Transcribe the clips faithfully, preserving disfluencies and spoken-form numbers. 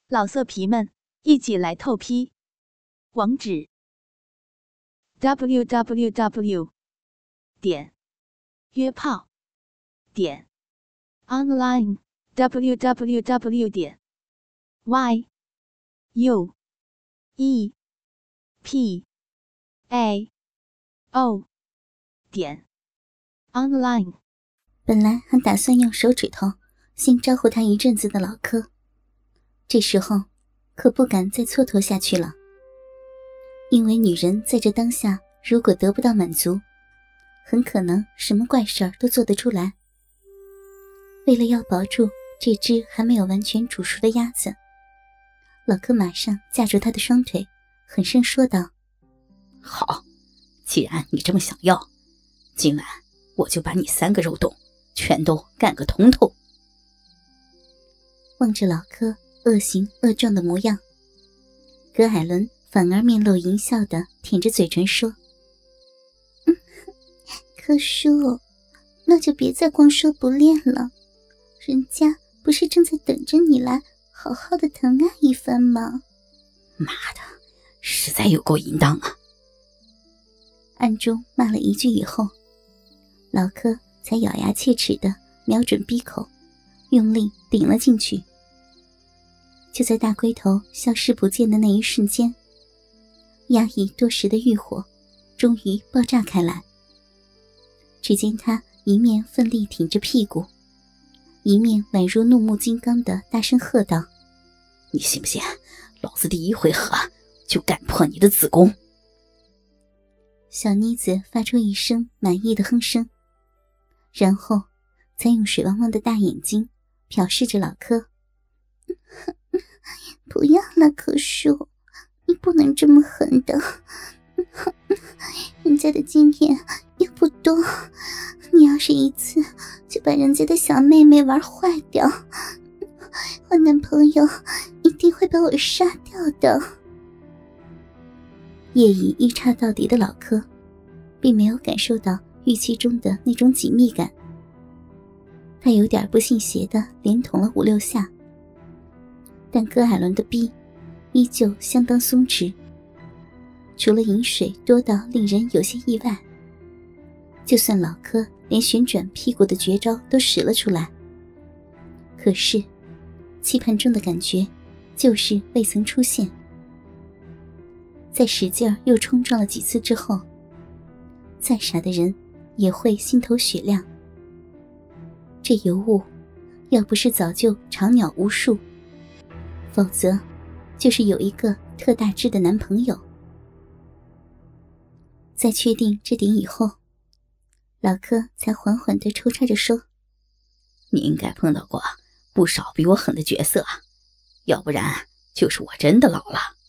老色皮们，一起来透批！网址 ：double u double u double u 点约炮点 online double u double u double u 点 y u e p a o 点 online。 本来还打算用手指头先招呼他一阵子的老柯，这时候可不敢再蹉跎下去了。因为女人在这当下如果得不到满足，很可能什么怪事儿都做得出来。为了要保住这只还没有完全煮熟的鸭子，老柯马上架住他的双腿，狠声说道： 好，既然你这么想要，今晚我就把你三个肉洞全都干个通透。 望着老柯恶行恶状的模样，葛海伦反而面露淫笑地舔着嘴唇说：嗯，柯叔，那就别再光说不练了，人家不是正在等着你来好好的疼爱一番吗？ 妈的，实在有够淫荡啊！ 暗中骂了一句以后，老柯才咬牙切齿地瞄准鼻口，用力顶了进去。就在大龟头消失不见的那一瞬间，压抑多时的欲火终于爆炸开来。只见他一面奋力挺着屁股，一面宛如怒目金刚地大声喝道： 你信不信老子第一回合就干破你的子宫？ 小妮子发出一声满意的哼声，然后才用水汪汪的大眼睛瞟视着老柯：不要了，柯叔，你不能这么狠的，人家的经验又不多，你要是一次就把人家的小妹妹玩坏掉，我男朋友一定会把我杀掉的。夜已一插到底的老柯并没有感受到预期中的那种紧密感，他有点不信邪的连捅了五六下，但葛海伦的逼依旧相当松弛，除了饮水多到令人有些意外，就算老柯连旋转屁股的绝招都使了出来，可是期盼中的感觉就是未曾出现。在使劲儿又冲撞了几次之后，再傻的人也会心头雪亮。这尤物要不是早就长鸟无数，否则就是有一个特大只的男朋友。在确定这点以后，老柯才缓缓地抽插着说： 你应该碰到过不少比我狠的角色，要不然就是我真的老了。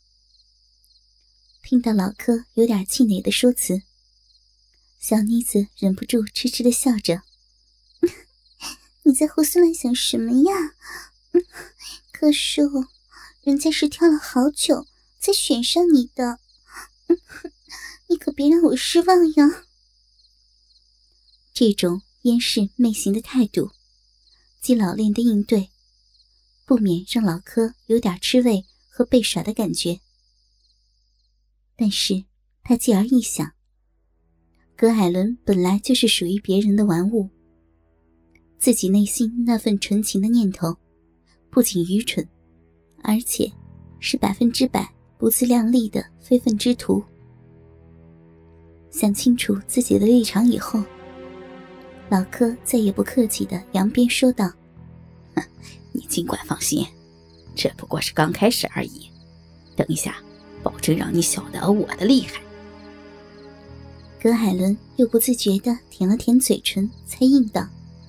听到老柯有点气馁的说辞，小妮子忍不住痴痴地笑着：你在胡思乱想什么呀？柯叔，人家是挑了好久才选上你的，你可别让我失望呀。这种燕氏媚行的态度既老练的应对，不免让老柯有点吃味和被耍的感觉。但是他继而一想，葛海伦本来就是属于别人的玩物，自己内心那份纯情的念头不仅愚蠢，而且是百分之百不自量力的非分之徒。想清楚自己的立场以后，老柯再也不客气地扬鞭说道： 你尽管放心，这不过是刚开始而已，等一下保证让你晓得我的厉害。 葛海伦又不自觉地舔了舔嘴唇，才应道：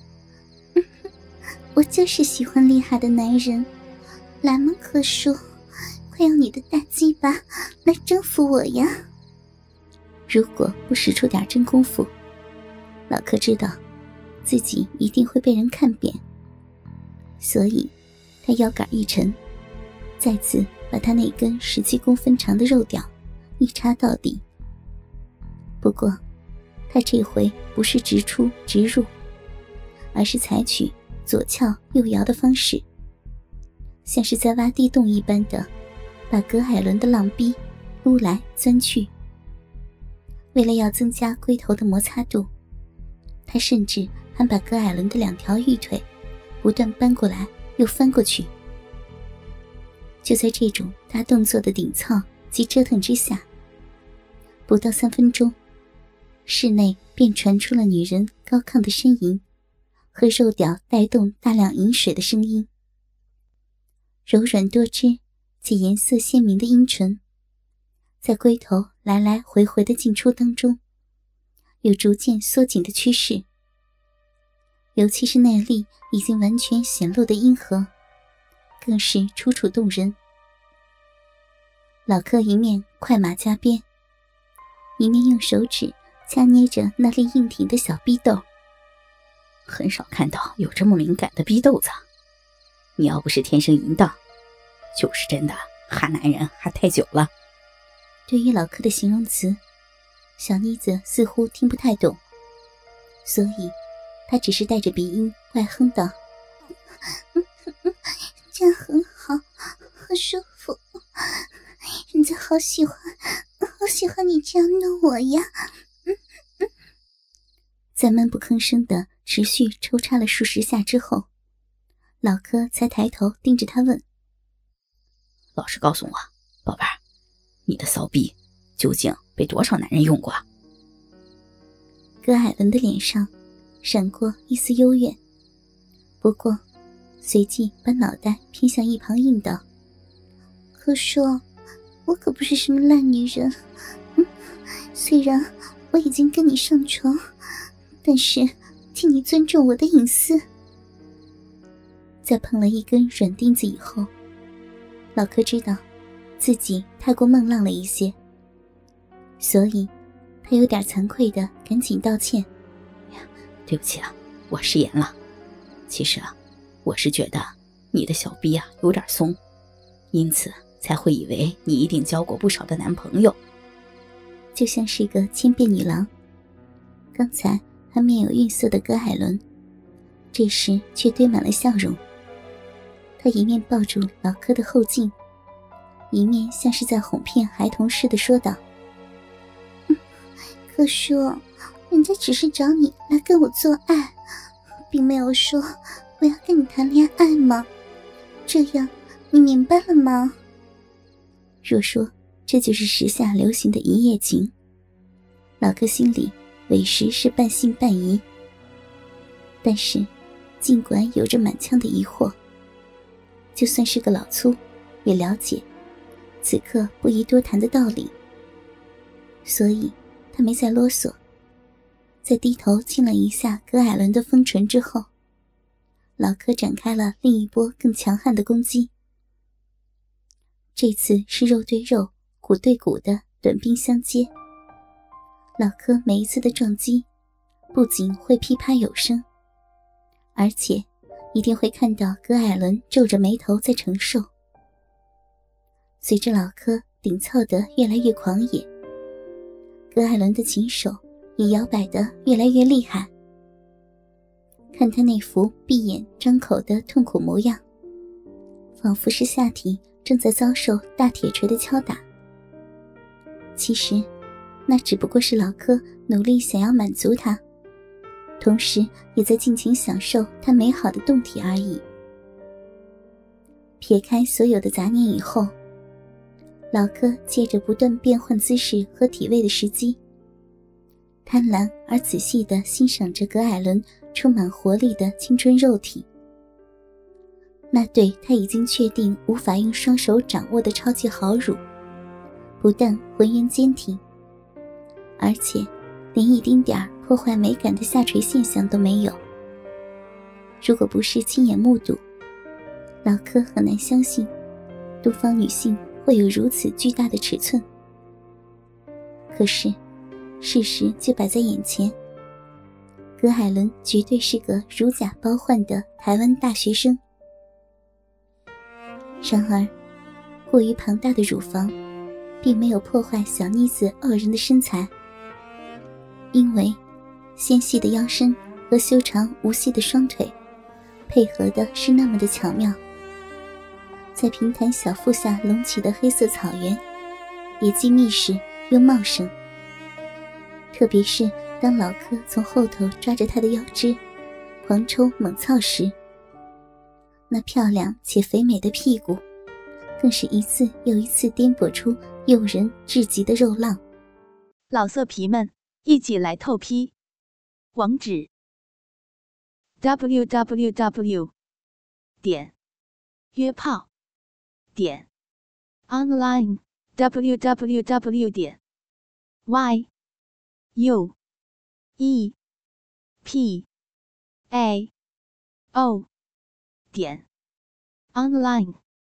我就是喜欢厉害的男人，来嘛，柯叔，快用你的大鸡巴来征服我呀！如果不使出点真功夫，老柯知道自己一定会被人看扁，所以他腰杆一沉，再次把他那根十七公分长的肉屌一插到底。不过他这回不是直出直入，而是采取左翘右摇的方式， 像是在挖地洞一般的把葛海伦的浪逼撸来钻去。为了要增加龟头的摩擦度，他甚至还把葛海伦的两条玉腿不断搬过来又翻过去。就在这种大动作的顶操及折腾之下，不到三分钟，室内便传出了女人高亢的呻吟和肉屌带动大量饮水的声音。柔软多汁且颜色鲜明的阴唇在龟头来来回回的进出当中有逐渐缩紧的趋势，尤其是那粒已经完全显露的阴核更是楚楚动人。老柯一面快马加鞭，一面用手指掐捏着那粒硬挺的小逼豆。 很少看到有这么敏感的逼豆子，你要不是天生淫荡，就是真的哈男人哈太久了。 对于老柯的形容词，小妮子似乎听不太懂，所以她只是带着鼻音怪哼道：这样很好，好舒服，人家好喜欢，好喜欢你这样弄我呀。在闷不吭声的持续抽插了数十下之后，老柯才抬头盯着他问： 老实告诉我，宝贝儿，你的骚逼究竟被多少男人用过？ 葛海伦的脸上闪过一丝幽怨，不过随即把脑袋偏向一旁应道：可说我可不是什么烂女人，嗯，虽然我已经跟你上床，但是请你尊重我的隐私。在碰了一根软钉子以后，老柯知道自己太过孟浪了一些，所以他有点惭愧的赶紧道歉： 对不起啊，我失言了。其实啊，我是觉得你的小逼啊有点松，因此才会以为你一定交过不少的男朋友。 就像是个千变女郎，刚才还面有愠色的葛海伦，这时却堆满了笑容。他一面抱住老柯的后颈，一面像是在哄骗孩童似的说道：柯叔，人家只是找你来跟我做爱，并没有说我要跟你谈恋爱吗？这样你明白了吗？若说这就是时下流行的一夜情，老柯心里委实是半信半疑。但是尽管有着满腔的疑惑，就算是个老粗也了解此刻不宜多谈的道理，所以他没再啰嗦，在低头亲了一下葛海伦的丰唇之后，老柯展开了另一波更强悍的攻击。这次是肉对肉骨对骨的短兵相接，老柯每一次的撞击不仅会噼啪有声，而且一定会看到葛海伦皱着眉头在承受。随着老柯顶操得越来越狂野，葛海伦的琴手也摇摆得越来越厉害。看他那副闭眼张口的痛苦模样，仿佛是下体正在遭受大铁锤的敲打。其实那只不过是老柯努力想要满足他，同时也在尽情享受他美好的动体而已。撇开所有的杂念以后，老柯借着不断变换姿势和体位的时机，贪婪而仔细地欣赏着葛海伦充满活力的青春肉体。那对他已经确定无法用双手掌握的超级好乳，不但浑圆坚挺，而且连一丁点儿破坏美感的下垂现象都没有。如果不是亲眼目睹，老柯很难相信东方女性会有如此巨大的尺寸。可是事实就摆在眼前，葛海伦绝对是个如假包换的台湾大学生。然而过于庞大的乳房并没有破坏小妮子傲人的身材，因为纤细的腰身和修长无细的双腿配合的是那么的巧妙。 在平坦小腹下隆起的黑色草原，也既密实又茂盛。特别是当老柯从后头抓着她的腰肢，狂抽猛操时，那漂亮且肥美的屁股，更是一次又一次颠簸出诱人至极的肉浪。 老色皮们，一起来透批！网址 ：double-u double-u double-u 点约炮点 online double-u double-u double-u 点 y u e p a o 点 online。